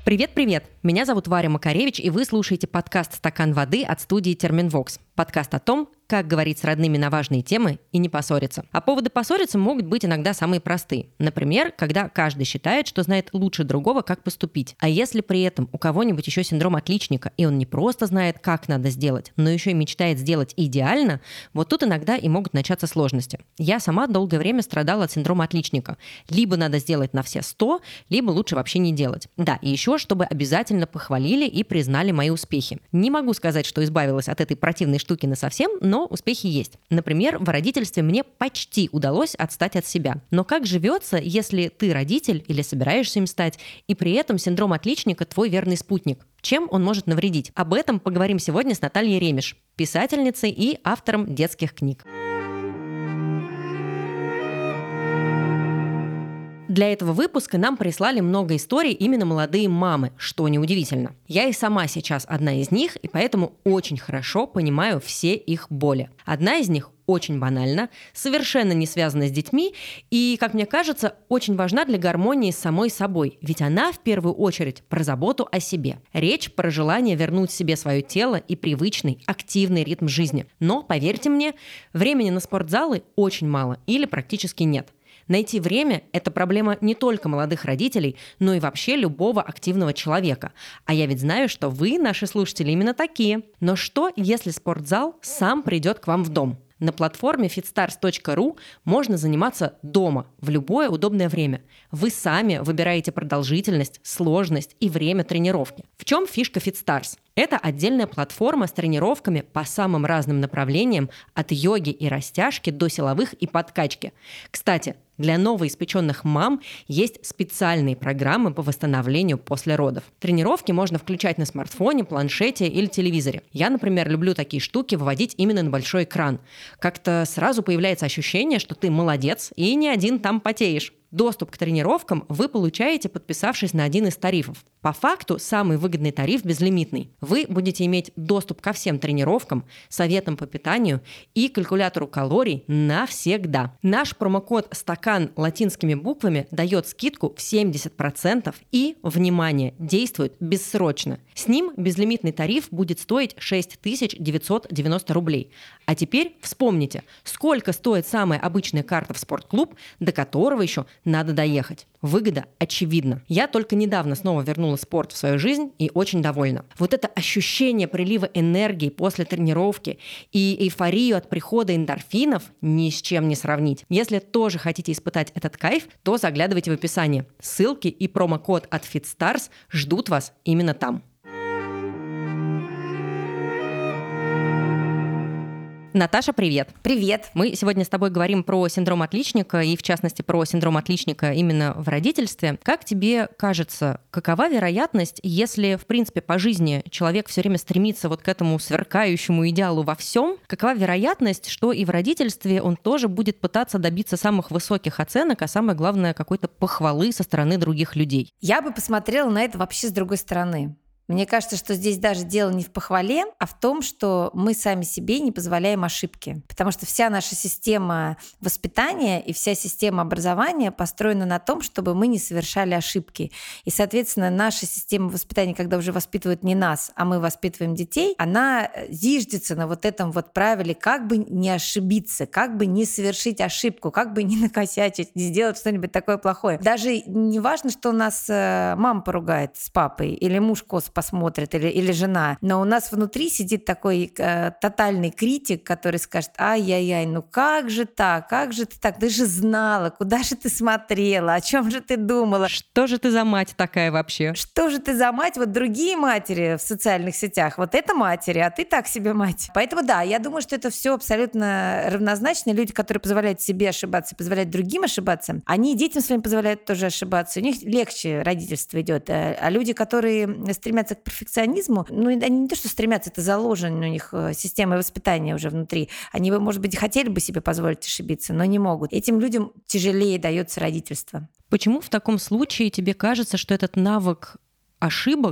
Привет-привет! Меня зовут Варя Макаревич, и вы слушаете подкаст «Стакан воды» от студии Терминвокс. Подкаст о том, как говорить с родными на важные темы и не поссориться. А поводы поссориться могут быть иногда самые простые. Например, когда каждый считает, что знает лучше другого, как поступить. А если при этом у кого-нибудь еще синдром отличника, и он не просто знает, как надо сделать, но еще и мечтает сделать идеально, вот тут иногда и могут начаться сложности. Я сама долгое время страдала от синдрома отличника. Либо надо сделать на все 100, либо лучше вообще не делать. Да, и еще, чтобы обязательно похвалили и признали мои успехи. Не могу сказать, что избавилась от этой противной штуки насовсем, но успехи есть. Например, в родительстве мне почти удалось отстать от себя. Но как живется, если ты родитель или собираешься им стать, и при этом синдром отличника твой верный спутник? Чем он может навредить? Об этом поговорим сегодня с Натальей Ремеш, писательницей и автором детских книг. Для этого выпуска нам прислали много историй именно молодые мамы, что неудивительно. Я и сама сейчас одна из них, и поэтому очень хорошо понимаю все их боли. Одна из них очень банальна, совершенно не связана с детьми и, как мне кажется, очень важна для гармонии с самой собой, ведь она в первую очередь про заботу о себе. Речь про желание вернуть себе свое тело и привычный, активный ритм жизни. Но, поверьте мне, времени на спортзалы очень мало или практически нет. Найти время – это проблема не только молодых родителей, но и вообще любого активного человека. А я ведь знаю, что вы, наши слушатели, именно такие. Но что, если спортзал сам придет к вам в дом? На платформе fitstars.ru можно заниматься дома в любое удобное время. Вы сами выбираете продолжительность, сложность и время тренировки. В чем фишка FitStars? Это отдельная платформа с тренировками по самым разным направлениям, от йоги и растяжки до силовых и подкачки. Кстати, для новоиспеченных мам есть специальные программы по восстановлению после родов. Тренировки можно включать на смартфоне, планшете или телевизоре. Я, например, люблю такие штуки выводить именно на большой экран. Как-то сразу появляется ощущение, что ты молодец и не один там потеешь. Доступ к тренировкам вы получаете, подписавшись на один из тарифов. По факту, самый выгодный тариф безлимитный. Вы будете иметь доступ ко всем тренировкам, советам по питанию и калькулятору калорий навсегда. Наш промокод «Стакан» латинскими буквами дает скидку в 70% и, внимание, действует бессрочно. С ним безлимитный тариф будет стоить 6990 рублей. А теперь вспомните, сколько стоит самая обычная карта в спортклуб, до которого еще надо доехать. Выгода очевидна. Я только недавно снова вернула спорт в свою жизнь и очень довольна. Вот это ощущение прилива энергии после тренировки и эйфорию от прихода эндорфинов ни с чем не сравнить. Если тоже хотите испытать этот кайф, то заглядывайте в описание. Ссылки и промокод от FitStars ждут вас именно там. Наташа, привет. Привет. Мы сегодня с тобой говорим про синдром отличника и, в частности, про синдром отличника именно в родительстве. Как тебе кажется, какова вероятность, если, в принципе, по жизни человек все время стремится вот к этому сверкающему идеалу во всем, какова вероятность, что и в родительстве он тоже будет пытаться добиться самых высоких оценок, а самое главное, какой-то похвалы со стороны других людей? Я бы посмотрела на это вообще с другой стороны. Мне кажется, что здесь даже дело не в похвале, а в том, что мы сами себе не позволяем ошибки. Потому что вся наша система воспитания и вся система образования построена на том, чтобы мы не совершали ошибки. И, соответственно, наша система воспитания, когда уже воспитывают не нас, а мы воспитываем детей, она зиждется на вот этом вот правиле, как бы не ошибиться, как бы не совершить ошибку, как бы не накосячить, не сделать что-нибудь такое плохое. Даже не важно, что нас мама поругает с папой или муж косо посмотрит или жена. Но у нас внутри сидит такой тотальный критик, который скажет: ай-яй-яй, ну как же так, как же ты так, ты же знала, куда же ты смотрела, о чем же ты думала. Что же ты за мать такая вообще? Что же ты за мать? Вот другие матери в социальных сетях, вот это матери, а ты так себе мать. Поэтому да, я думаю, что это все абсолютно равнозначно. Люди, которые позволяют себе ошибаться, позволяют другим ошибаться, они детям своим позволяют тоже ошибаться. У них легче родительство идет. А люди, которые стремятся к перфекционизму, ну, они не то, что стремятся, это заложено у них системой воспитания уже внутри. Они бы, может быть, хотели бы себе позволить ошибиться, но не могут. Этим людям тяжелее дается родительство. Почему в таком случае тебе кажется, что этот навык ошибок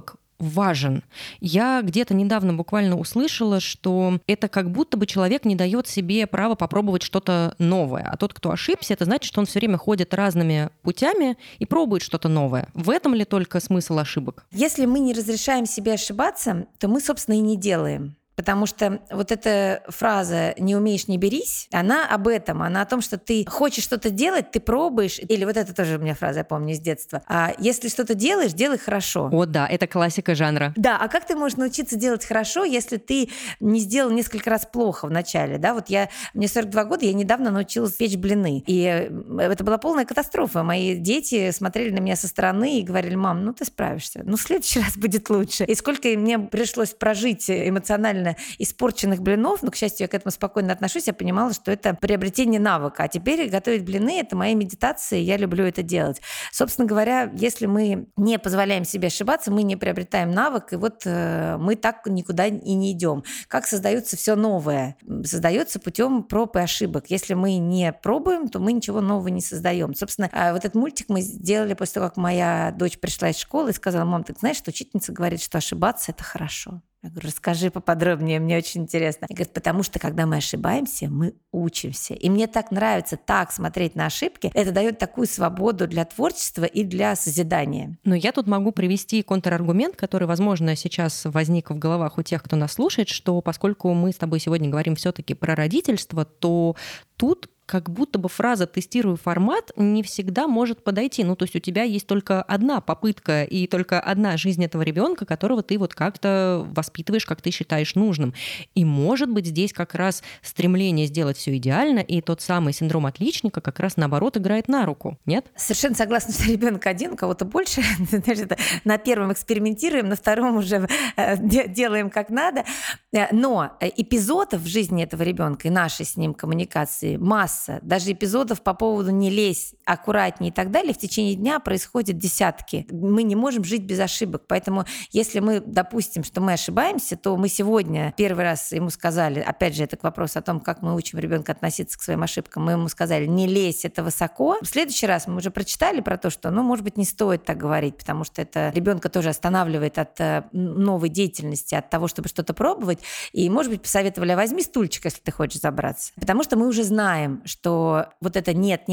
важен. Я где-то недавно буквально услышала, что это как будто бы человек не дает себе права попробовать что-то новое. А тот, кто ошибся, это значит, что он все время ходит разными путями и пробует что-то новое. В этом ли только смысл ошибок? Если мы не разрешаем себе ошибаться, то мы, собственно, и не делаем. Потому что вот эта фраза «не умеешь, не берись», она об этом, она о том, что ты хочешь что-то делать, ты пробуешь, или вот это тоже у меня фраза, я помню, из детства. А если что-то делаешь, делай хорошо. О, да, это классика жанра. Да, а как ты можешь научиться делать хорошо, если ты не сделал несколько раз плохо вначале, да? Вот мне 42 года, я недавно научилась печь блины, и это была полная катастрофа. Мои дети смотрели на меня со стороны и говорили: мам, ну ты справишься, ну в следующий раз будет лучше. И сколько мне пришлось прожить эмоционально испорченных блинов, но, к счастью, я к этому спокойно отношусь, я понимала, что это приобретение навыка. А теперь готовить блины — это моя медитация, и я люблю это делать. Собственно говоря, если мы не позволяем себе ошибаться, мы не приобретаем навык, и вот мы так никуда и не идем. Как создается все новое? Создается путем проб и ошибок. Если мы не пробуем, то мы ничего нового не создаем. Собственно, вот этот мультик мы сделали после того, как моя дочь пришла из школы и сказала: мам, ты знаешь, что учительница говорит, что ошибаться — это хорошо. Я говорю: расскажи поподробнее, мне очень интересно. Она говорит: потому что, когда мы ошибаемся, мы учимся. И мне так нравится так смотреть на ошибки. Это дает такую свободу для творчества и для созидания. Но я тут могу привести контраргумент, который, возможно, сейчас возник в головах у тех, кто нас слушает, что поскольку мы с тобой сегодня говорим все-таки про родительство, то тут как будто бы фраза «тестирую формат» не всегда может подойти. Ну, то есть у тебя есть только одна попытка и только одна жизнь этого ребенка, которого ты вот как-то воспитываешь, как ты считаешь нужным. И, может быть, здесь как раз стремление сделать все идеально, и тот самый синдром отличника как раз наоборот играет на руку, нет? Совершенно согласна, что ребенок один, у кого-то больше. Значит, на первом экспериментируем, на втором уже делаем как надо. Но эпизодов в жизни этого ребенка и нашей с ним коммуникации масса. Даже эпизодов по поводу «не лезь», «аккуратнее» и так далее в течение дня происходят десятки. Мы не можем жить без ошибок. Поэтому если мы допустим, что мы ошибаемся, то мы сегодня первый раз ему сказали, опять же, это к вопросу о том, как мы учим ребенка относиться к своим ошибкам, мы ему сказали: не лезь, это высоко. В следующий раз мы уже прочитали про то, что, может быть, не стоит так говорить, потому что это ребенка тоже останавливает от новой деятельности, от того, чтобы что-то пробовать. И, может быть, посоветовали: возьми стульчик, если ты хочешь забраться. Потому что мы уже знаем, что вот это нет,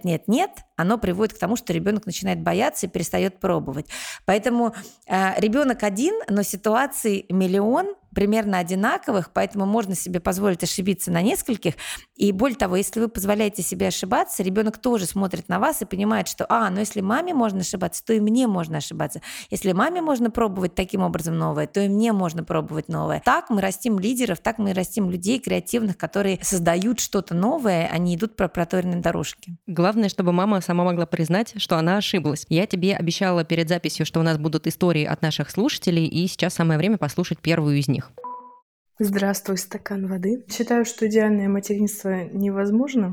оно приводит к тому, что ребенок начинает бояться и перестает пробовать. Поэтому ребенок один, но ситуаций миллион, примерно одинаковых, поэтому можно себе позволить ошибиться на нескольких. И более того, если вы позволяете себе ошибаться, ребенок тоже смотрит на вас и понимает, что но если маме можно ошибаться, то и мне можно ошибаться. Если маме можно пробовать таким образом новое, то и мне можно пробовать новое. Так мы растим лидеров, так мы растим людей креативных, которые создают что-то новое, а не идут по проторенной дорожке. Главное, чтобы мама сама могла признать, что она ошиблась. Я тебе обещала перед записью, что у нас будут истории от наших слушателей, и сейчас самое время послушать первую из них. Здравствуй, стакан воды. Считаю, что идеальное материнство невозможно.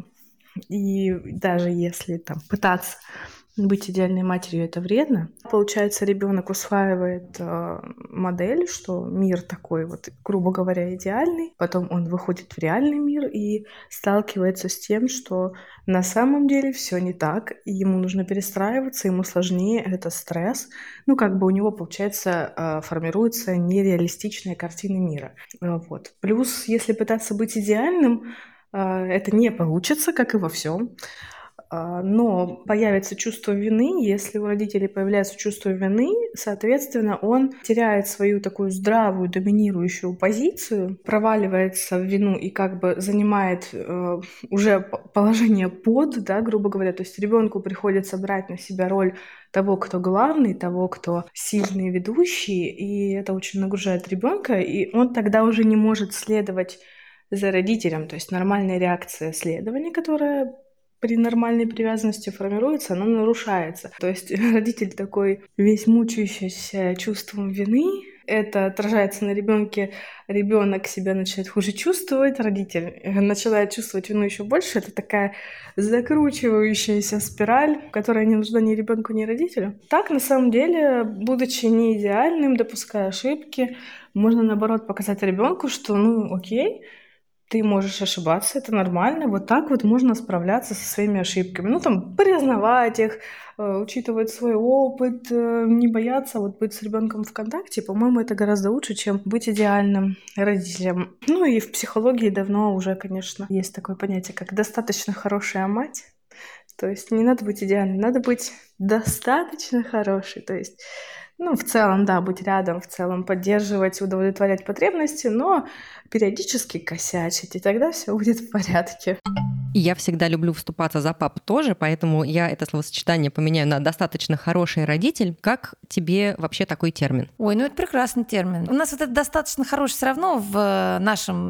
И даже если пытаться быть идеальной матерью, это вредно. Получается, ребенок усваивает модель, что мир такой грубо говоря, идеальный. Потом он выходит в реальный мир и сталкивается с тем, что на самом деле все не так. И ему нужно перестраиваться, ему сложнее, это стресс. У него, получается, формируется нереалистичная картина мира. Плюс, если пытаться быть идеальным, это не получится, как и во всем. Но появится чувство вины. Если у родителей появляется чувство вины, соответственно, он теряет свою такую здравую, доминирующую позицию, проваливается в вину и занимает уже положение под, грубо говоря. То есть ребенку приходится брать на себя роль того, кто главный, того, кто сильный ведущий, и это очень нагружает ребенка, и он тогда уже не может следовать за родителем. То есть нормальная реакция следования, которая при нормальной привязанности формируется, она нарушается. То есть родитель такой весь мучающийся чувством вины, это отражается на ребенке, ребенок себя начинает хуже чувствовать, родитель начинает чувствовать вину еще больше. Это такая закручивающаяся спираль, которая не нужна ни ребенку, ни родителю. Так, на самом деле, будучи не идеальным, допуская ошибки, можно наоборот показать ребенку, что окей, Ты можешь ошибаться, это нормально. Вот так вот можно справляться со своими ошибками. Ну, там, признавать их, учитывать свой опыт, не бояться вот быть с ребенком в контакте. По-моему, это гораздо лучше, чем быть идеальным родителем. Ну и в психологии давно уже, конечно, есть такое понятие, как достаточно хорошая мать. То есть не надо быть идеальной, надо быть достаточно хорошей. То есть, ну, в целом, да, быть рядом, в целом поддерживать, удовлетворять потребности, но периодически косячить, и тогда все будет в порядке. И я всегда люблю вступаться за папу тоже, поэтому я это словосочетание поменяю на «достаточно хороший родитель». Как тебе вообще такой термин? Ой, ну это прекрасный термин. У нас вот это «достаточно хороший» все равно в нашем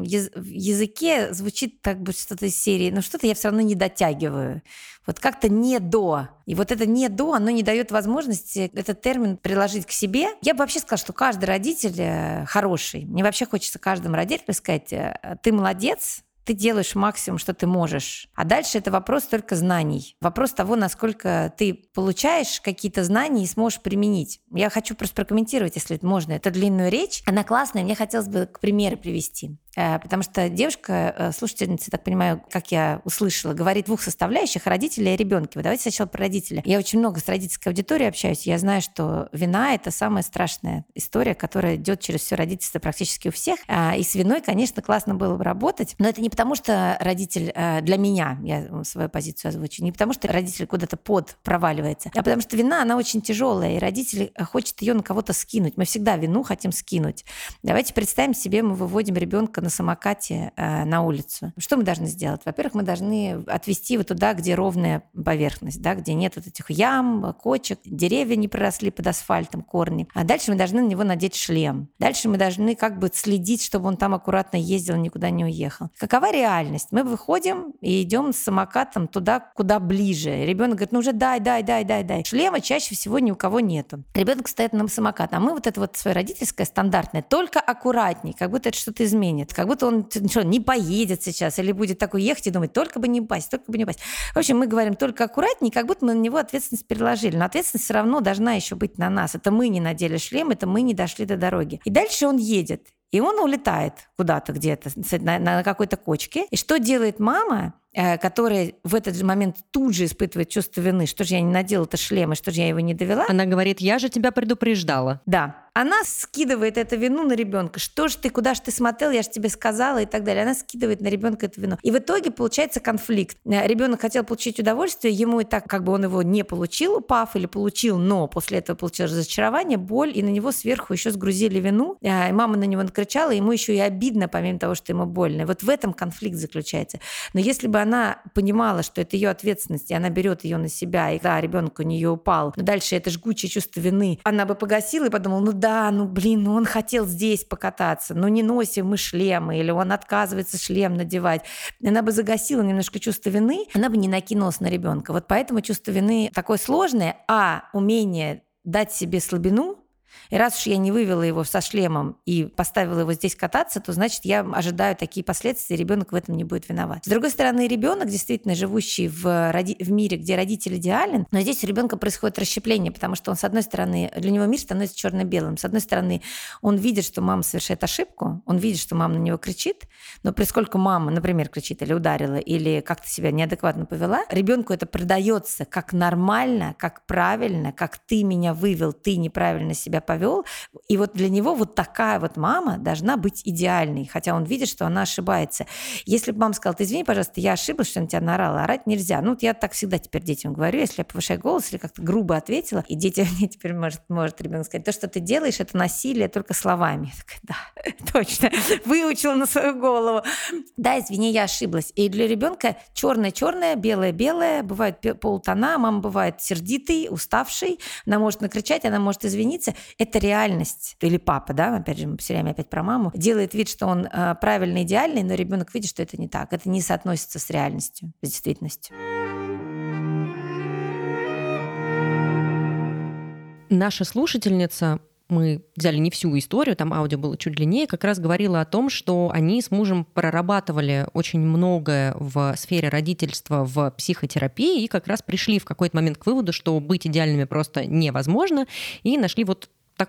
языке звучит как бы что-то из серии, но что-то я все равно не дотягиваю. Вот как-то не до. И вот это не до, оно не дает возможности этот термин приложить к себе. Я бы вообще сказала, что каждый родитель хороший. Мне вообще хочется каждому родителю сказать: ты молодец, ты делаешь максимум, что ты можешь. А дальше это вопрос только знаний. Вопрос того, насколько ты получаешь какие-то знания и сможешь применить. Я хочу просто прокомментировать, если это можно, эту длинную речь. Она классная, мне хотелось бы к примеру привести. Потому что девушка, слушательница, так понимаю, как я услышала, говорит двух составляющих: родителя и ребенке. Вот давайте сначала про родителя. Я очень много с родительской аудиторией общаюсь. Я знаю, что вина — это самая страшная история, которая идет через все родительство практически у всех. И с виной, конечно, классно было бы работать. Но это не потому, что родитель для меня, я свою позицию озвучу, не потому, что родитель куда-то под проваливается, а потому что вина, она очень тяжелая, и родитель хочет ее на кого-то скинуть. Мы всегда вину хотим скинуть. Давайте представим себе, мы выводим ребенка на самокате на улицу. Что мы должны сделать? Во-первых, мы должны отвести его туда, где ровная поверхность, да, где нет вот этих ям, кочек, деревья не проросли под асфальтом, корни. А дальше мы должны на него надеть шлем. Дальше мы должны как бы следить, чтобы он там аккуратно ездил, никуда не уехал. Какова реальность? Мы выходим и идем с самокатом туда, куда ближе. Ребенок говорит: ну уже дай. Шлема чаще всего ни у кого нету. Ребенок стоит на самокате, а мы вот это вот свое родительское стандартное, только аккуратней, как будто это что-то изменит, как будто он не поедет сейчас или будет такой ехать и думать: только бы не упасть. В общем, мы говорим только аккуратней, как будто мы на него ответственность переложили. Но ответственность все равно должна еще быть на нас. Это мы не надели шлем, это мы не дошли до дороги. И дальше он едет. И он улетает куда-то где-то на какой-то кочке. И что делает мама, которая в этот же момент тут же испытывает чувство вины? Что же я не надела это шлем, и что же я его не довела? Она говорит: я же тебя предупреждала. Да. Она скидывает эту вину на ребенка. Что ж ты, куда ж ты смотрел, я же тебе сказала и так далее. Она скидывает на ребенка эту вину. И в итоге получается конфликт. Ребенок хотел получить удовольствие, ему и так как бы он его не получил, упав, или получил, но после этого получил разочарование, боль, и на него сверху еще сгрузили вину. И мама на него накричала, ему еще и обидно, помимо того, что ему больно. И вот в этом конфликт заключается. Но если бы она понимала, что это ее ответственность, и она берет ее на себя, и да, ребенок у нее упал, но дальше это жгучее чувство вины, она бы погасила и подумала: он хотел здесь покататься, но не носим мы шлемы, или он отказывается шлем надевать. Она бы загасила немножко чувство вины, она бы не накинулась на ребенка. Вот поэтому чувство вины такое сложное, а умение дать себе слабину. И раз уж я не вывела его со шлемом и поставила его здесь кататься, то значит, я ожидаю такие последствия, и ребенок в этом не будет виноват. С другой стороны, ребенок, действительно живущий в мире, где родитель идеален, но здесь у ребенка происходит расщепление, потому что он, с одной стороны, для него мир становится черно-белым. С одной стороны, он видит, что мама совершает ошибку, он видит, что мама на него кричит, но поскольку мама, например, кричит или ударила, или как-то себя неадекватно повела, ребенку это продается как нормально, как правильно, как ты меня вывел, ты неправильно себя повел. И вот для него вот такая вот мама должна быть идеальной, хотя он видит, что она ошибается. Если бы мама сказала: ты извини, пожалуйста, я ошиблась, что на тебя наорала, орать нельзя. Ну, вот я так всегда теперь детям говорю, если я повышаю голос или как-то грубо ответила, и дети мне теперь может ребенок сказать: то, что ты делаешь, это насилие только словами. Я такая: да, точно, выучила на свою голову. Да, извини, я ошиблась. И для ребенка черное-черное, белое-белое, бывает полутона, мама бывает сердитый, уставший, она может накричать, она может извиниться. Это реальность. Или папа, да, опять же, мы все время опять про маму, делает вид, что он правильно, идеальный, но ребенок видит, что это не так. Это не соотносится с реальностью, с действительностью. Наша слушательница, мы взяли не всю историю, там аудио было чуть длиннее, как раз говорила о том, что они с мужем прорабатывали очень многое в сфере родительства в психотерапии и как раз пришли в какой-то момент к выводу, что быть идеальными просто невозможно, и нашли вот такой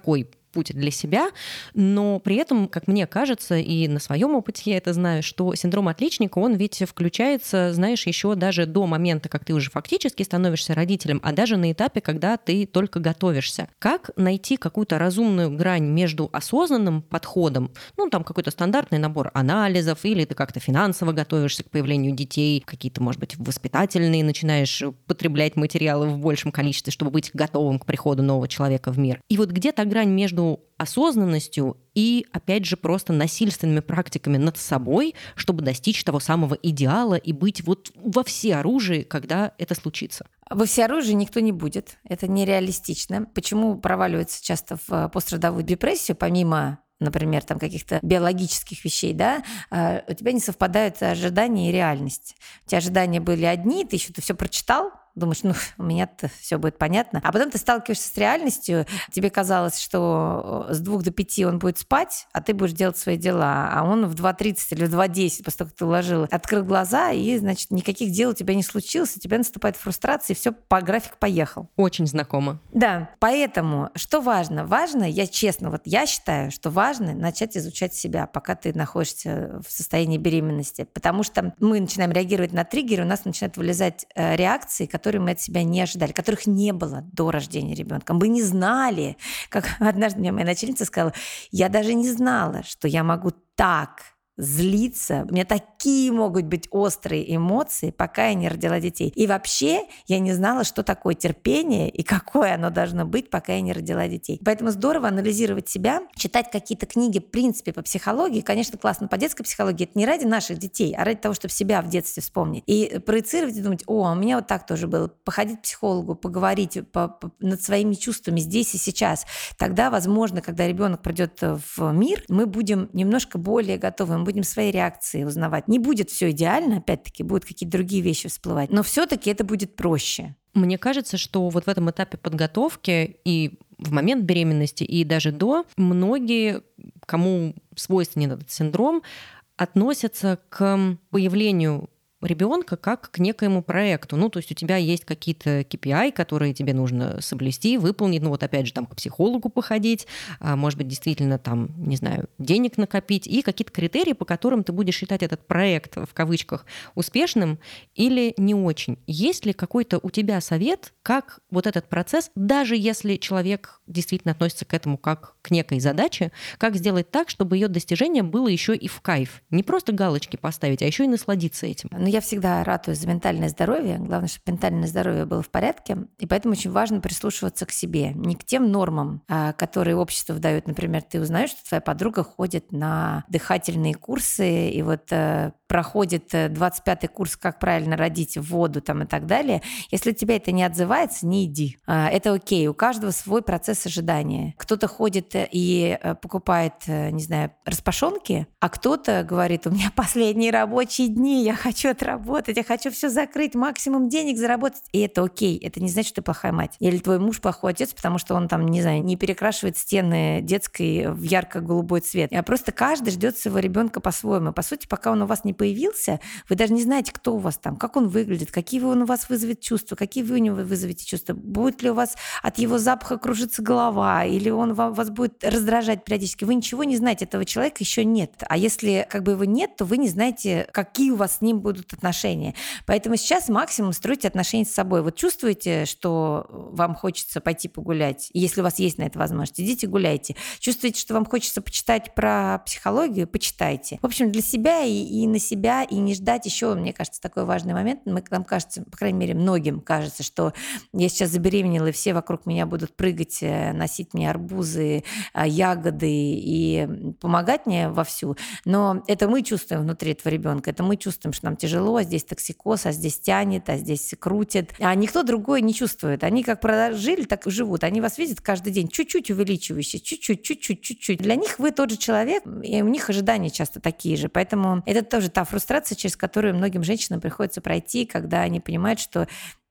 путь для себя, но при этом, как мне кажется, и на своем опыте я это знаю, что синдром отличника, он ведь включается, знаешь, еще даже до момента, как ты уже фактически становишься родителем, а даже на этапе, когда ты только готовишься. Как найти какую-то разумную грань между осознанным подходом, ну, там какой-то стандартный набор анализов, или ты как-то финансово готовишься к появлению детей, какие-то, может быть, воспитательные, начинаешь потреблять материалы в большем количестве, чтобы быть готовым к приходу нового человека в мир. И вот где та грань между осознанностью и, опять же, просто насильственными практиками над собой, чтобы достичь того самого идеала и быть вот во всеоружии, когда это случится? Во всеоружии никто не будет. Это нереалистично. Почему проваливается часто в пострадовую депрессию, помимо, например, там каких-то биологических вещей, да, у тебя не совпадают ожидания и реальность. У тебя ожидания были одни, ты все прочитал, думаешь, ну, у меня-то все будет понятно. А потом ты сталкиваешься с реальностью, тебе казалось, что с 2 до 5 он будет спать, а ты будешь делать свои дела. А он в 2:30 или в 2:10, после того, как ты уложила, открыл глаза, и, значит, никаких дел у тебя не случилось, у тебя наступает фрустрация, и все по графику поехал. Очень знакомо. Да, поэтому что важно? Важно, я честно, вот я считаю, что важно начать изучать себя, пока ты находишься в состоянии беременности. Потому что мы начинаем реагировать на триггеры, у нас начинают вылезать реакции, которые мы от себя не ожидали, которых не было до рождения ребенка. Мы не знали, как однажды мне моя начальница сказала, я даже не знала, что я могу так злиться. У меня такие могут быть острые эмоции, пока я не родила детей. И вообще я не знала, что такое терпение и какое оно должно быть, пока я не родила детей. Поэтому здорово анализировать себя, читать какие-то книги, в принципе, по психологии. Конечно, классно по детской психологии. Это не ради наших детей, а ради того, чтобы себя в детстве вспомнить. И проецировать и думать, у меня вот так тоже было. Походить к психологу, поговорить над своими чувствами здесь и сейчас. Тогда, возможно, когда ребенок придет в мир, мы будем немножко более готовы, мы будем свои реакции узнавать. Не будет все идеально, опять-таки, будут какие-то другие вещи всплывать, но все-таки это будет проще. Мне кажется, что вот в этом этапе подготовки и в момент беременности, и даже до, многие, кому свойственен этот синдром, относятся к появлению ребенка как к некоему проекту. Ну, то есть у тебя есть какие-то KPI, которые тебе нужно соблюсти, выполнить. Ну, вот опять же, там к психологу походить, может быть, действительно там, не знаю, денег накопить, и какие-то критерии, по которым ты будешь считать этот проект, в кавычках, успешным или не очень. Есть ли какой-то у тебя совет, как вот этот процесс, даже если человек действительно относится к этому как к некой задаче, как сделать так, чтобы ее достижение было еще и в кайф? Не просто галочки поставить, а еще и насладиться этим. Но я всегда ратую за ментальное здоровье. Главное, чтобы ментальное здоровье было в порядке. И поэтому очень важно прислушиваться к себе. Не к тем нормам, которые общество выдает. Например, ты узнаешь, что твоя подруга ходит на дыхательные курсы и вот проходит 25-й курс «Как правильно родить в воду» там, и так далее. Если тебя это не отзывается, не иди. Это окей. У каждого свой процесс ожидания. Кто-то ходит и покупает, не знаю, распашонки, а кто-то говорит, у меня последние рабочие дни, я хочу отработать, я хочу все закрыть, максимум денег заработать. И это окей. Это не значит, что ты плохая мать. Или твой муж плохой отец, потому что он там, не знаю, не перекрашивает стены детской в ярко-голубой цвет. А просто каждый ждет своего ребенка по-своему. По сути, пока он у вас не появился, вы даже не знаете, кто у вас там, как он выглядит, какие он у вас вызовет чувства, какие вы у него вызовете чувства. Будет ли у вас от его запаха кружиться голова, или он вас будет раздражать периодически. Вы ничего не знаете, этого человека еще нет. А если как бы его нет, то вы не знаете, какие у вас с ним будут отношения. Поэтому сейчас максимум стройте отношения с собой. Вот чувствуете, что вам хочется пойти погулять, если у вас есть на это возможность, идите гуляйте. Чувствуете, что вам хочется почитать про психологию, почитайте. В общем, для себя и на себя, и не ждать еще, мне кажется, такой важный момент. Нам кажется, по крайней мере, многим кажется, что я сейчас забеременела, и все вокруг меня будут прыгать, носить мне арбузы, ягоды и помогать мне вовсю. Но это мы чувствуем внутри этого ребенка, это мы чувствуем, что нам тяжело, а здесь токсикоз, а здесь тянет, а здесь крутит. А никто другой не чувствует. Они как прожили, так и живут. Они вас видят каждый день, чуть-чуть увеличивающие, чуть-чуть. Для них вы тот же человек, и у них ожидания часто такие же. Поэтому это тоже та фрустрация, через которую многим женщинам приходится пройти, когда они понимают, что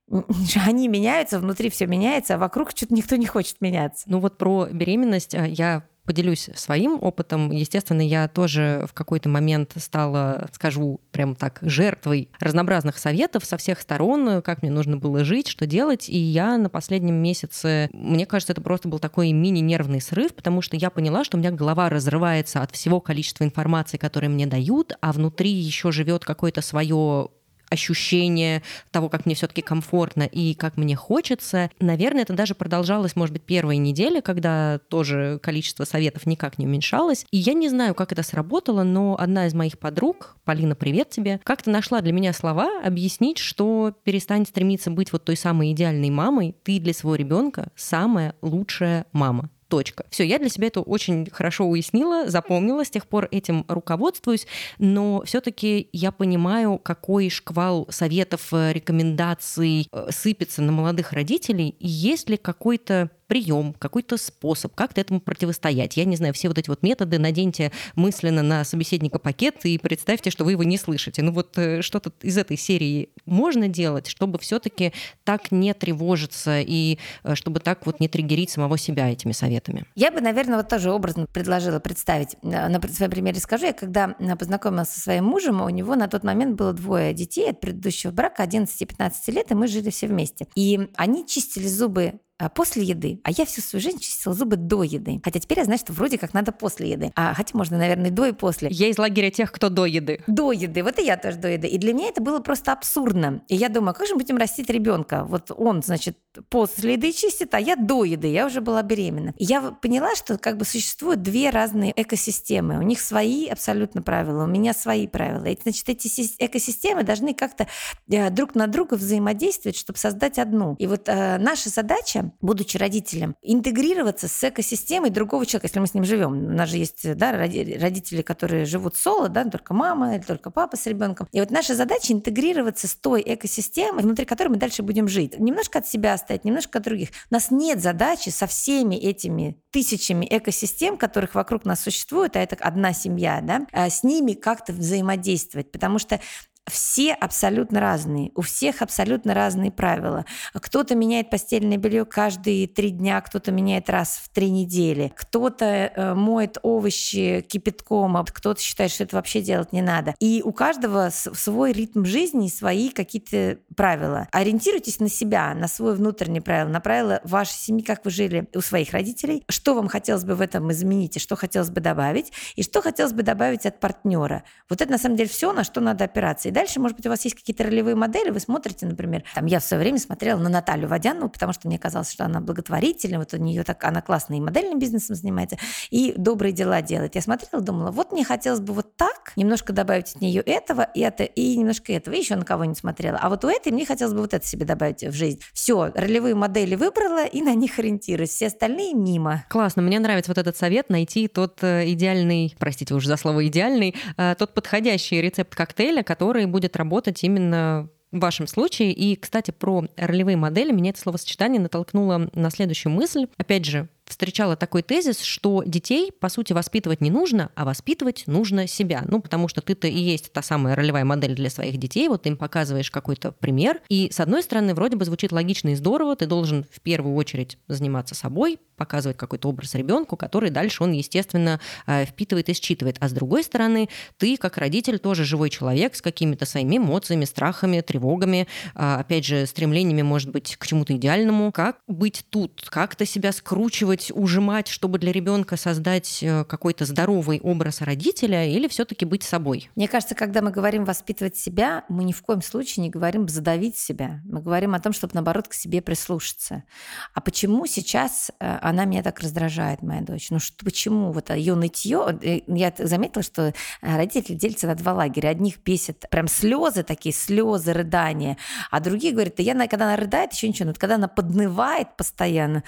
они меняются, внутри все меняется, а вокруг что-то никто не хочет меняться. Ну вот про беременность я поделюсь своим опытом. Естественно, я тоже в какой-то момент стала, скажу прям так, жертвой разнообразных советов со всех сторон, как мне нужно было жить, что делать. И я на последнем месяце, мне кажется, это просто был такой мини-нервный срыв, потому что я поняла, что у меня голова разрывается от всего количества информации, которые мне дают, а внутри еще живет какое-то свое ощущение того, как мне все-таки комфортно и как мне хочется. Наверное, это даже продолжалось, может быть, первые недели, когда тоже количество советов никак не уменьшалось. И я не знаю, как это сработало, но одна из моих подруг, Полина, привет тебе, как-то нашла для меня слова объяснить, что перестань стремиться быть вот той самой идеальной мамой, ты для своего ребенка самая лучшая мама. Точка. Все, я для себя это очень хорошо уяснила, запомнила, с тех пор этим руководствуюсь, но все-таки я понимаю, какой шквал советов, рекомендаций сыпется на молодых родителей, и есть ли какой-то прием, какой-то способ как-то этому противостоять. Я не знаю, все вот эти вот методы наденьте мысленно на собеседника пакет и представьте, что вы его не слышите. Ну вот что-то из этой серии можно делать, чтобы все-таки так не тревожиться и чтобы так вот не триггерить самого себя этими советами? Я бы, наверное, вот тоже образно предложила представить. На своем примере скажу. Я когда познакомилась со своим мужем, у него на тот момент было 2 детей от предыдущего брака, 11 и 15 лет, и мы жили все вместе. И они чистили зубы после еды, а я всю свою жизнь чистила зубы до еды. Хотя теперь я знаю, что вроде как надо после еды. Хотя можно, наверное, до и после. Я из лагеря тех, кто до еды. До еды. Вот и я тоже до еды. И для меня это было просто абсурдно. И я думаю, как же мы будем растить ребенка? Вот он, значит, после еды чистит, а я до еды. Я уже была беременна. И я поняла, что как бы существуют 2 разные экосистемы. У них свои абсолютно правила, у меня свои правила. И, значит, эти экосистемы должны как-то друг на друга взаимодействовать, чтобы создать одну. И вот наша задача, будучи родителем, интегрироваться с экосистемой другого человека, если мы с ним живем. У нас же есть родители, которые живут соло, только мама или только папа с ребенком. И вот наша задача интегрироваться с той экосистемой, внутри которой мы дальше будем жить. Немножко от себя оставить, немножко от других. У нас нет задачи со всеми этими тысячами экосистем, которых вокруг нас существует, а это одна семья, с ними как-то взаимодействовать, потому что все абсолютно разные, у всех абсолютно разные правила. Кто-то меняет постельное белье каждые 3 дня, кто-то меняет раз в 3 недели, кто-то моет овощи кипятком, а кто-то считает, что это вообще делать не надо. И у каждого свой ритм жизни и свои какие-то правила. Ориентируйтесь на себя, на свой внутренний правило, на правила вашей семьи, как вы жили у своих родителей, что вам хотелось бы в этом изменить, и что хотелось бы добавить, и что хотелось бы добавить от партнера. Вот это на самом деле все, на что надо опираться. И дальше, может быть, у вас есть какие-то ролевые модели, вы смотрите, например, я в свое время смотрела на Наталью Водянову, потому что мне казалось, что она благотворительная, вот у нее она классно и модельным бизнесом занимается, и добрые дела делает. Я смотрела, думала, вот мне хотелось бы вот так немножко добавить от нее этого, и немножко этого, и еще на кого не смотрела. А вот у этой мне хотелось бы вот это себе добавить в жизнь. Все, ролевые модели выбрала и на них ориентируюсь. Все остальные мимо. Классно, мне нравится вот этот совет найти тот идеальный, простите уже за слово идеальный, тот подходящий рецепт коктейля, который будет работать именно в вашем случае. И, кстати, про ролевые модели меня это словосочетание натолкнуло на следующую мысль. Опять же, встречала такой тезис, что детей, по сути, воспитывать не нужно, а воспитывать нужно себя. Потому что ты-то и есть та самая ролевая модель для своих детей, вот ты им показываешь какой-то пример. И, с одной стороны, вроде бы звучит логично и здорово, ты должен в первую очередь заниматься собой, показывать какой-то образ ребенку, который дальше он, естественно, впитывает и считывает. А с другой стороны, ты, как родитель, тоже живой человек с какими-то своими эмоциями, страхами, тревогами, опять же, стремлениями, может быть, к чему-то идеальному. Как быть тут? Как-то себя скручивать, ужимать, чтобы для ребенка создать какой-то здоровый образ родителя, или все-таки быть собой? Мне кажется, когда мы говорим воспитывать себя, мы ни в коем случае не говорим задавить себя. Мы говорим о том, чтобы, наоборот, к себе прислушаться. А почему сейчас она меня так раздражает, моя дочь? Почему? Вот ее нытье. Я заметила, что родители делятся на 2 лагеря. Одних бесит прям слезы, рыдания, а другие говорят, когда она рыдает, еще ничего, но когда она поднывает постоянно,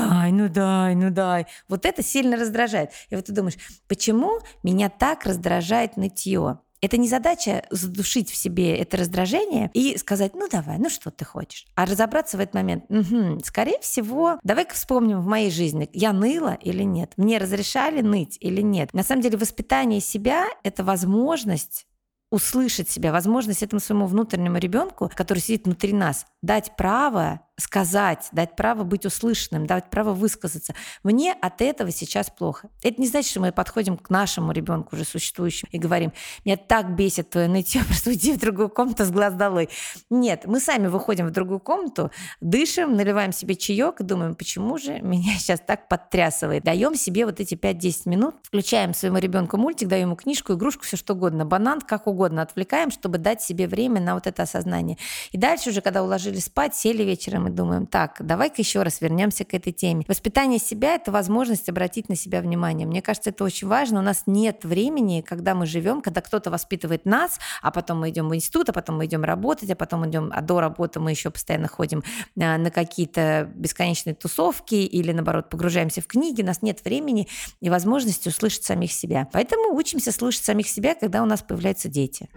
дай. Вот это сильно раздражает. И вот ты думаешь, почему меня так раздражает нытье? Это не задача задушить в себе это раздражение и сказать, давай, что ты хочешь? А разобраться в этот момент. Скорее всего, давай-ка вспомним в моей жизни, я ныла или нет? Мне разрешали ныть или нет? На самом деле воспитание себя – это возможность услышать себя, возможность этому своему внутреннему ребенку, который сидит внутри нас, дать право сказать, дать право быть услышанным, дать право высказаться. Мне от этого сейчас плохо. Это не значит, что мы подходим к нашему ребенку уже существующему и говорим: меня так бесит твое нытье, просто уйди в другую комнату с глаз долой. Нет, мы сами выходим в другую комнату, дышим, наливаем себе чаек и думаем, почему же меня сейчас так подтрясывает. Даем себе вот эти 5-10 минут, включаем своему ребенку мультик, даем ему книжку, игрушку, все что угодно, банан, как угодно, отвлекаем, чтобы дать себе время на вот это осознание. И дальше уже, когда уложились спать, сели вечером и думаем: так, давай-ка еще раз вернемся к этой теме. Воспитание себя — это возможность обратить на себя внимание. Мне кажется, это очень важно. У нас нет времени, когда мы живем, когда кто-то воспитывает нас, а потом мы идем в институт, а потом мы идем работать, а потом идем, а до работы мы еще постоянно ходим на какие-то бесконечные тусовки или, наоборот, погружаемся в книги. У нас нет времени и возможности услышать самих себя. Поэтому учимся слышать самих себя, когда у нас появляются дети.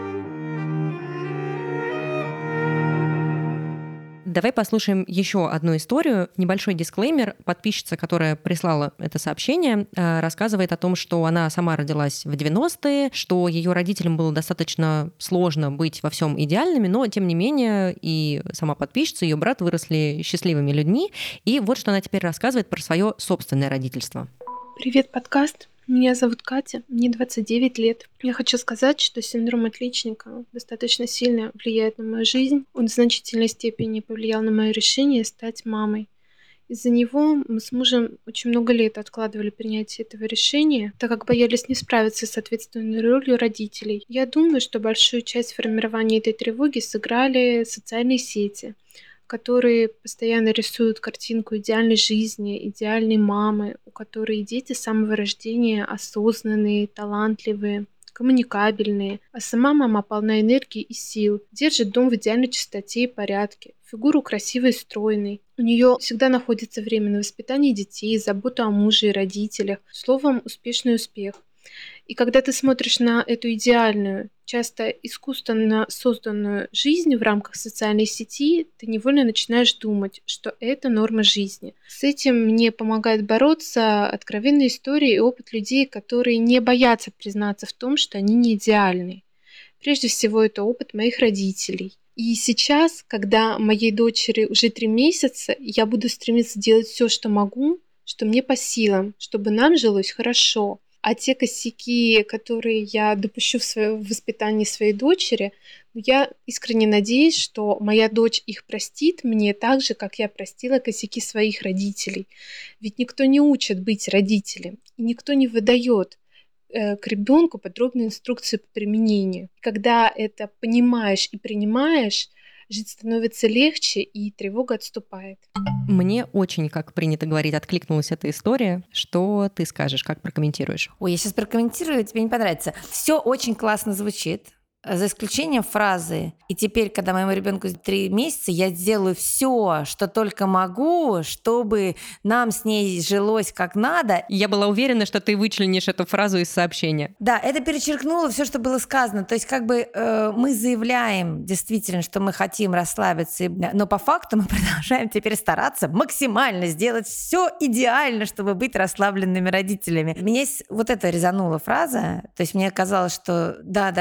Давай послушаем еще одну историю. Небольшой дисклеймер. Подписчица, которая прислала это сообщение, рассказывает о том, что она сама родилась в 90-е, что ее родителям было достаточно сложно быть во всем идеальными, но, тем не менее, и сама подписчица, и ее брат выросли счастливыми людьми. И вот что она теперь рассказывает про свое собственное родительство. Привет, подкаст. Меня зовут Катя, мне 29 лет. Я хочу сказать, что синдром отличника достаточно сильно влияет на мою жизнь. Он в значительной степени повлиял на мое решение стать мамой. Из-за него мы с мужем очень много лет откладывали принятие этого решения, так как боялись не справиться с ответственной ролью родителей. Я думаю, что большую часть формирования этой тревоги сыграли социальные сети, которые постоянно рисуют картинку идеальной жизни, идеальной мамы, у которой дети с самого рождения осознанные, талантливые, коммуникабельные, а сама мама полна энергии и сил, держит дом в идеальной чистоте и порядке, фигуру красивой и стройной. У нее всегда находится время на воспитание детей, заботу о муже и родителях, словом, успешный успех. И когда ты смотришь на эту идеальную, часто искусственно созданную жизнь в рамках социальной сети, ты невольно начинаешь думать, что это норма жизни. С этим мне помогает бороться откровенные истории и опыт людей, которые не боятся признаться в том, что они не идеальны. Прежде всего, это опыт моих родителей. И сейчас, когда моей дочери уже 3 месяца, я буду стремиться делать все, что могу, что мне по силам, чтобы нам жилось хорошо. А те косяки, которые я допущу в своем воспитании своей дочери, я искренне надеюсь, что моя дочь их простит мне так же, как я простила косяки своих родителей. Ведь никто не учит быть родителем, и никто не выдает к ребенку подробную инструкцию по применению. Когда это понимаешь и принимаешь, жить становится легче, и тревога отступает. Мне очень, как принято говорить, откликнулась эта история. Что ты скажешь, как прокомментируешь? Ой, я сейчас прокомментирую, тебе не понравится. Все очень классно звучит, за исключением фразы: и теперь, когда моему ребенку 3 месяца, я сделаю все, что только могу, чтобы нам с ней жилось как надо. Я была уверена, что ты вычленишь эту фразу из сообщения. Да, это перечеркнуло все, что было сказано. То есть как бы мы заявляем действительно, что мы хотим расслабиться, но по факту мы продолжаем теперь стараться максимально сделать все идеально, чтобы быть расслабленными родителями. Меня вот это резанула фраза. То есть мне казалось, что да,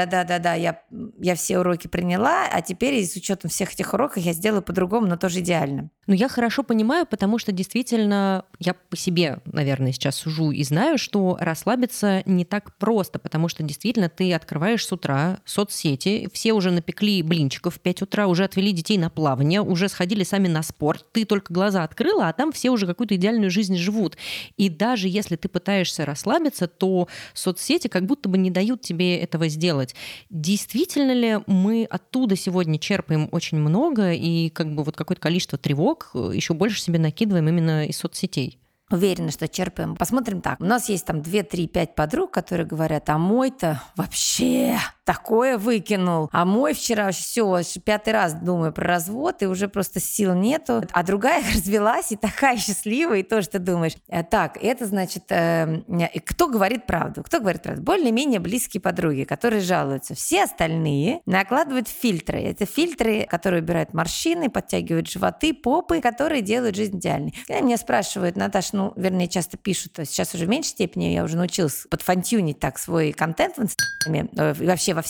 я все уроки приняла, а теперь с учетом всех этих уроков я сделаю по-другому, но тоже идеально. Но я хорошо понимаю, потому что действительно я по себе, наверное, сейчас сужу и знаю, что расслабиться не так просто, потому что действительно ты открываешь с утра соцсети, все уже напекли блинчиков в 5 утра, уже отвели детей на плавание, уже сходили сами на спорт, ты только глаза открыла, а там все уже какую-то идеальную жизнь живут. И даже если ты пытаешься расслабиться, то соцсети как будто бы не дают тебе этого сделать. Действительно ли мы оттуда сегодня черпаем очень много и как бы вот какое-то количество тревог еще больше себе накидываем именно из соцсетей? Уверена, что черпаем. Посмотрим так. У нас есть там 2, 3, 5 подруг, которые говорят: а мой-то вообще такое выкинул. А мой вчера все, 5-й раз думаю про развод, и уже просто сил нету. А другая развелась и такая счастливая, и тоже ты думаешь: так, это значит, кто говорит правду? Кто говорит правду? Более-менее близкие подруги, которые жалуются. Все остальные накладывают фильтры. Это фильтры, которые убирают морщины, подтягивают животы, попы, которые делают жизнь идеальной. Когда меня спрашивают: Наташа, вернее, часто пишут, сейчас уже в меньшей степени, я уже научилась подфантюнить так свой контент в Инстаграме, вообще во всех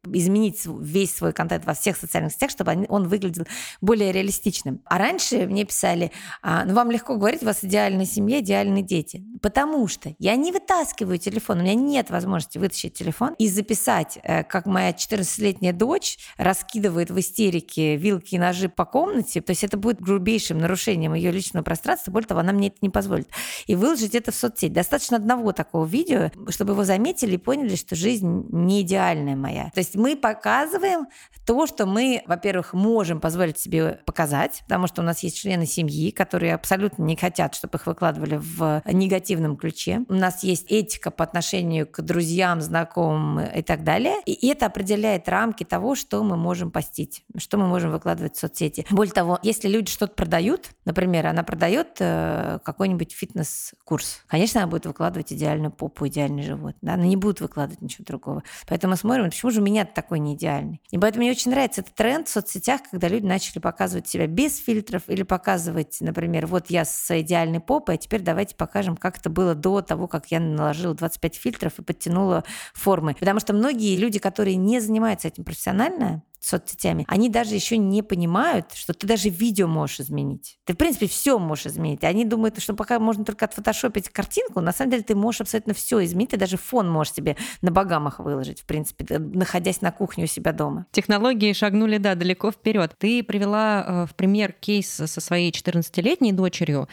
изменить весь свой контент во всех социальных сетях, чтобы он выглядел более реалистичным. А раньше мне писали: вам легко говорить, у вас идеальная семья, идеальные дети. Потому что я не вытаскиваю телефон, у меня нет возможности вытащить телефон и записать, как моя 14-летняя дочь раскидывает в истерике вилки и ножи по комнате. То есть это будет грубейшим нарушением ее личного пространства. Более того, она мне это не позволит. И выложить это в соцсеть. Достаточно одного такого видео, чтобы его заметили и поняли, что жизнь не идеальная моя. То есть мы показываем то, что мы, во-первых, можем позволить себе показать, потому что у нас есть члены семьи, которые абсолютно не хотят, чтобы их выкладывали в негативном ключе. У нас есть этика по отношению к друзьям, знакомым и так далее. И это определяет рамки того, что мы можем постить, что мы можем выкладывать в соцсети. Более того, если люди что-то продают, например, она продает какой-нибудь фитнес-курс, конечно, она будет выкладывать идеальную попу, идеальный живот, да? Она не будет выкладывать ничего другого. Поэтому мы смотрим, почему же у меня такой не идеальный. И поэтому мне очень нравится этот тренд в соцсетях, когда люди начали показывать себя без фильтров или показывать, например, вот я с идеальной попой, а теперь давайте покажем, как это было до того, как я наложила 25 фильтров и подтянула формы. Потому что многие люди, которые не занимаются этим профессионально, соцсетями, они даже еще не понимают, что ты даже видео можешь изменить. Ты, в принципе, все можешь изменить. Они думают, что пока можно только отфотошопить картинку, на самом деле ты можешь абсолютно все изменить. Ты даже фон можешь себе на Багамах выложить, в принципе, находясь на кухне у себя дома. Технологии шагнули, да, далеко вперед. Ты привела в пример кейс со своей 14-летней дочерью.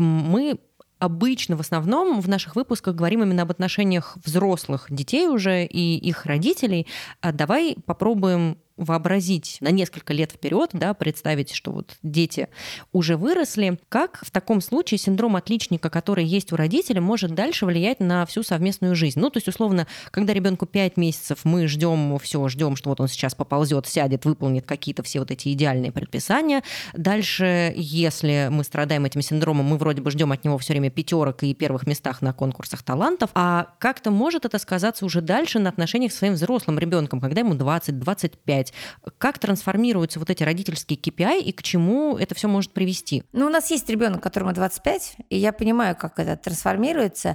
Мы обычно в основном в наших выпусках говорим именно об отношениях взрослых детей уже и их родителей. Давай попробуем вообразить на несколько лет вперед, да, представить, что вот дети уже выросли. Как в таком случае синдром отличника, который есть у родителей, может дальше влиять на всю совместную жизнь? Ну, то есть, условно, когда ребенку 5 месяцев, мы ждем, что вот он сейчас поползет, сядет, выполнит какие-то все вот эти идеальные предписания. Дальше, если мы страдаем этим синдромом, мы вроде бы ждем от него все время пятерок и первых местах на конкурсах талантов. А как-то может это сказаться уже дальше на отношениях с своим взрослым ребенком, когда ему 20-25? Как трансформируются вот эти родительские KPI и к чему это все может привести? Ну, у нас есть ребенок, которому 25, и я понимаю, как это трансформируется.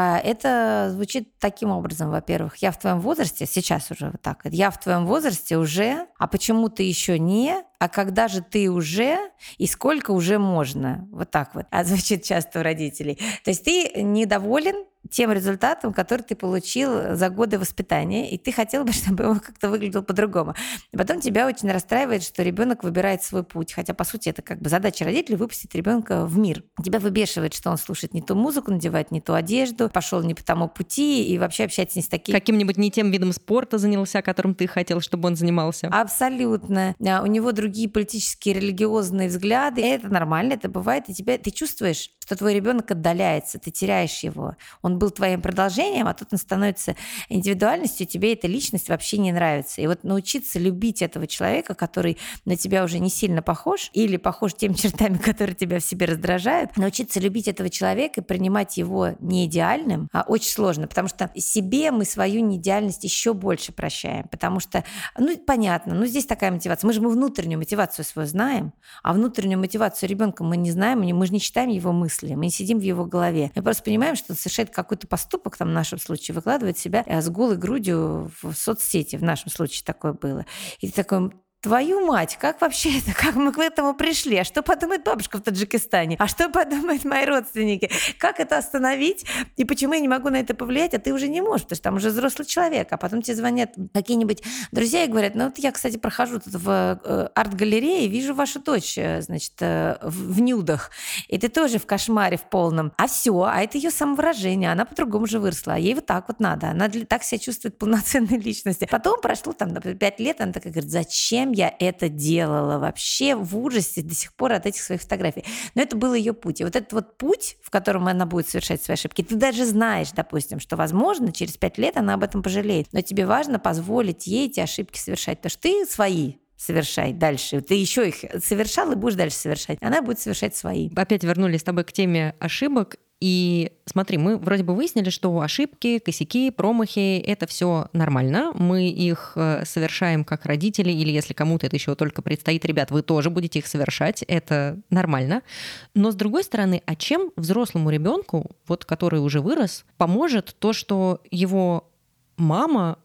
Это звучит таким образом, во-первых, я в твоем возрасте, сейчас уже вот так, я в твоем возрасте уже, а почему ты еще не, а когда же ты уже и сколько уже можно? Вот так вот. Звучит часто у родителей. То есть ты недоволен тем результатом, который ты получил за годы воспитания, и ты хотел бы, чтобы он как-то выглядел по-другому. И потом тебя очень расстраивает, что ребенок выбирает свой путь, хотя, по сути, это как бы задача родителей выпустить ребенка в мир. Тебя выбешивает, что он слушает не ту музыку, надевает не ту одежду, пошел не по тому пути и вообще общается не с таким... Каким-нибудь не тем видом спорта занялся, которым ты хотел, чтобы он занимался. Абсолютно. У него другие политические, религиозные взгляды. Это нормально, это бывает, и ты чувствуешь, что твой ребенок отдаляется, ты теряешь его. Он был твоим продолжением, а тут он становится индивидуальностью, тебе эта личность вообще не нравится. И вот научиться любить этого человека, который на тебя уже не сильно похож, или похож теми чертами, которые тебя в себе раздражают, научиться любить этого человека и принимать его не идеальным, очень сложно, потому что себе мы свою неидеальность еще больше прощаем, потому что, понятно, здесь такая мотивация. Мы внутреннюю мотивацию свою знаем, а внутреннюю мотивацию ребенка мы не знаем, мы же не читаем его мысли, мы не сидим в его голове. Мы просто понимаем, что он совершает какой-то поступок, там, в нашем случае, выкладывает себя с голой грудью в соцсети, в нашем случае такое было. И ты такой... Твою мать, как вообще это? Как мы к этому пришли? А что подумает бабушка в Таджикистане? А что подумают мои родственники? Как это остановить? И почему я не могу на это повлиять? А ты уже не можешь, потому что там уже взрослый человек. А потом тебе звонят какие-нибудь друзья и говорят, я, кстати, прохожу тут в арт-галерее и вижу вашу дочь, значит, в нюдах. И ты тоже в кошмаре в полном. А все, это ее самовыражение. Она по-другому же выросла. А ей вот так вот надо. Она так себя чувствует полноценной личностью. Потом прошло 5 лет, она такая говорит, зачем я это делала вообще в ужасе до сих пор от этих своих фотографий. Но это был ее путь. И вот этот вот путь, в котором она будет совершать свои ошибки, ты даже знаешь, допустим, что, возможно, через 5 лет она об этом пожалеет. Но тебе важно позволить ей эти ошибки совершать, потому что ты свои совершай дальше. Ты еще их совершал и будешь дальше совершать. Она будет совершать свои. Опять вернулись с тобой к теме ошибок. И смотри, мы вроде бы выяснили, что ошибки, косяки, промахи — это все нормально. Мы их совершаем как родители, или если кому-то это еще только предстоит, ребят, вы тоже будете их совершать, это нормально. Но с другой стороны, а чем взрослому ребенку, вот который уже вырос, поможет то, что его мама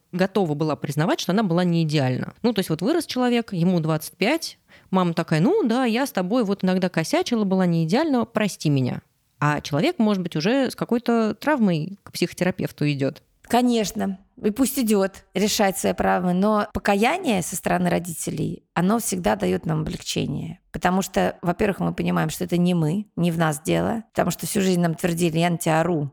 готова была признавать, что она была не идеальна. Ну, то есть вот вырос человек, ему 25, мама такая, ну да, я с тобой вот иногда косячила, была не идеальна, прости меня. А человек, может быть, уже с какой-то травмой к психотерапевту идет. Конечно. И пусть идет решать свои права, но покаяние со стороны родителей, оно всегда дает нам облегчение. Потому что, во-первых, мы понимаем, что это не мы, не в нас дело, потому что всю жизнь нам твердили, я на тебя ору,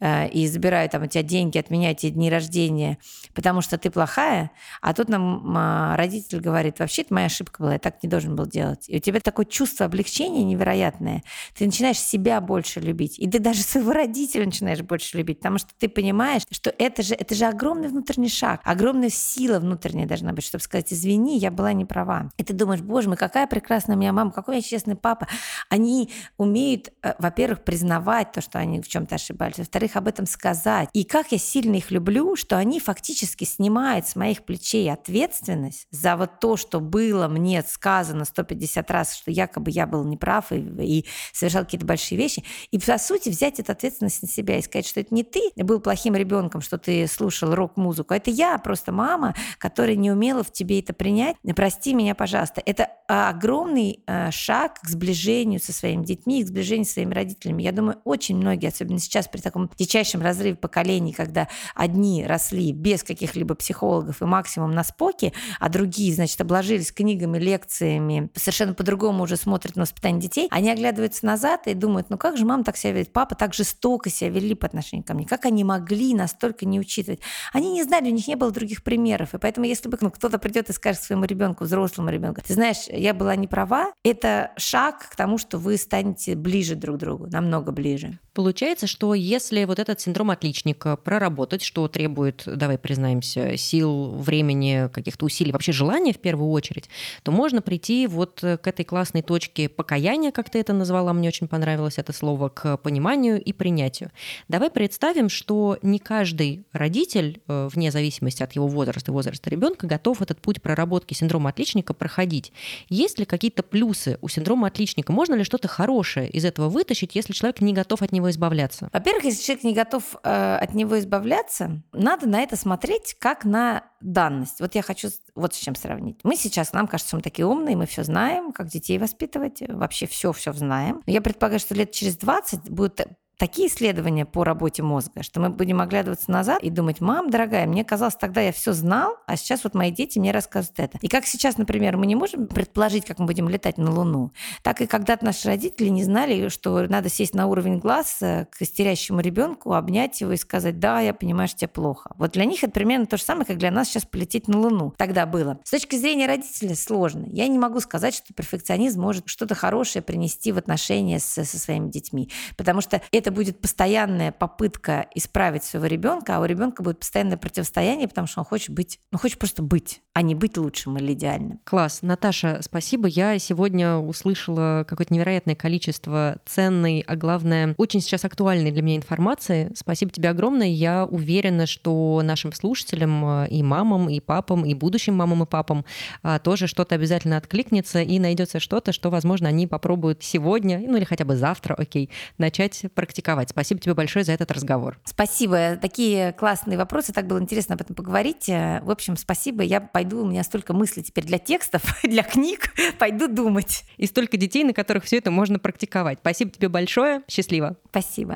и забираю там у тебя деньги, отменяю тебе дни рождения, потому что ты плохая, а тут нам родитель говорит, вообще это моя ошибка была, я так не должен был делать. И у тебя такое чувство облегчения невероятное. Ты начинаешь себя больше любить, и ты даже своего родителя начинаешь больше любить, потому что ты понимаешь, что это же огромный внутренний шаг, огромная сила внутренняя должна быть, чтобы сказать, извини, я была не права. И ты думаешь, боже мой, какая прекрасная у меня мама, какой я честный папа. Они умеют, во-первых, признавать то, что они в чем-то ошибались, во-вторых, об этом сказать. И как я сильно их люблю, что они фактически снимают с моих плечей ответственность за вот то, что было мне сказано 150 раз, что якобы я был неправ и совершал какие-то большие вещи. И, по сути, взять эту ответственность на себя и сказать, что это не ты был плохим ребенком, что ты слушал рок-музыку, а это я, просто мама, которая не умела в тебе это принять. Прости меня, пожалуйста. Это огромный шаг к сближению со своими детьми, к сближению со своими родителями. Я думаю, очень многие, особенно сейчас при таком дичайшем разрыве поколений, когда одни росли без каких-либо психологов и максимум на споке, а другие, значит, обложились книгами, лекциями, совершенно по-другому уже смотрят на воспитание детей, они оглядываются назад и думают, ну как же мама так себя ведет, папа так жестоко себя вели по отношению ко мне, как они могли настолько не учитывать. Они не знали, у них не было других примеров, и поэтому если бы кто-то придет и скажет своему ребенку, взрослому ребенку, ты знаешь, я была не права, это шаг к тому, что вы станете ближе друг к другу, намного ближе. Получается, что если вот этот синдром отличника проработать, что требует, давай признаемся, сил, времени, каких-то усилий, вообще желания в первую очередь, то можно прийти вот к этой классной точке покаяния, как ты это назвала, мне очень понравилось это слово, к пониманию и принятию. Давай представим, что не каждый родитель, вне зависимости от его возраста и возраста ребенка, готов этот путь проработки синдрома отличника проходить. Есть ли какие-то плюсы у синдрома отличника? Можно ли что-то хорошее из этого вытащить, если человек не готов от него избавляться? Во-первых, если человек не готов от него избавляться, надо на это смотреть как на данность. Вот я хочу вот с чем сравнить. Мы сейчас, нам кажется, мы такие умные, мы все знаем, как детей воспитывать, вообще все знаем. Но я предполагаю, что лет через 20 будут такие исследования по работе мозга, что мы будем оглядываться назад и думать, мам, дорогая, мне казалось, тогда я все знал, а сейчас вот мои дети мне рассказывают это. И как сейчас, например, мы не можем предположить, как мы будем летать на Луну, так и когда-то наши родители не знали, что надо сесть на уровень глаз к истерящему ребенку, обнять его и сказать, да, я понимаю, что тебе плохо. Вот для них это примерно то же самое, как для нас сейчас полететь на Луну. Тогда было. С точки зрения родителей сложно. Я не могу сказать, что перфекционизм может что-то хорошее принести в отношения со своими детьми, потому что это будет постоянная попытка исправить своего ребенка, а у ребенка будет постоянное противостояние, потому что он хочет быть, хочет просто быть, а не быть лучшим или идеальным. Класс. Наташа, спасибо. Я сегодня услышала какое-то невероятное количество ценной, а главное, очень сейчас актуальной для меня информации. Спасибо тебе огромное. Я уверена, что нашим слушателям и мамам, и папам, и будущим мамам и папам тоже что-то обязательно откликнется и найдется что-то, что, возможно, они попробуют сегодня, или хотя бы завтра, начать практиковать. Спасибо тебе большое за этот разговор. Спасибо. Такие классные вопросы. Так было интересно об этом поговорить. В общем, спасибо. Я пойду, у меня столько мыслей теперь для текстов, для книг. Пойду думать. И столько детей, на которых все это можно практиковать. Спасибо тебе большое. Счастливо. Спасибо.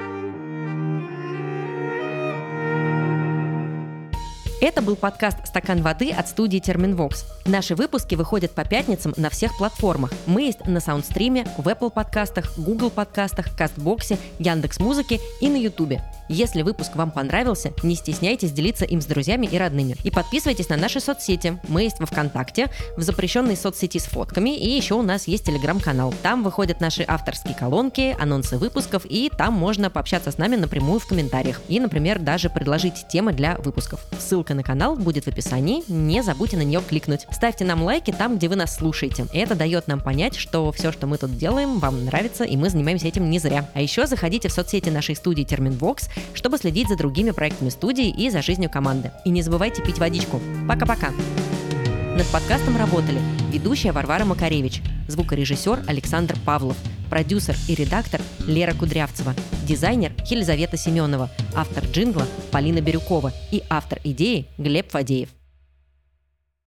Это был подкаст «Стакан воды» от студии Терминвокс. Наши выпуски выходят по пятницам на всех платформах. Мы есть на Саундстриме, в Apple подкастах, Google подкастах, Кастбоксе, Яндекс.Музыке и на Ютубе. Если выпуск вам понравился, не стесняйтесь делиться им с друзьями и родными. И подписывайтесь на наши соцсети. Мы есть во ВКонтакте, в запрещенной соцсети с фотками, и еще у нас есть Телеграм-канал. Там выходят наши авторские колонки, анонсы выпусков, и там можно пообщаться с нами напрямую в комментариях. И, например, даже предложить темы для выпусков. Ссылка на канал будет в описании, не забудьте на нее кликнуть. Ставьте нам лайки там, где вы нас слушаете. Это дает нам понять, что все, что мы тут делаем, вам нравится, и мы занимаемся этим не зря. А еще заходите в соцсети нашей студии Терминвокс, чтобы следить за другими проектами студии и за жизнью команды. И не забывайте пить водичку. Пока-пока! Над подкастом работали ведущая Варвара Макаревич, звукорежиссер Александр Павлов, продюсер и редактор Лера Кудрявцева, дизайнер Елизавета Семенова, автор джингла Полина Бирюкова и автор идеи Глеб Фадеев.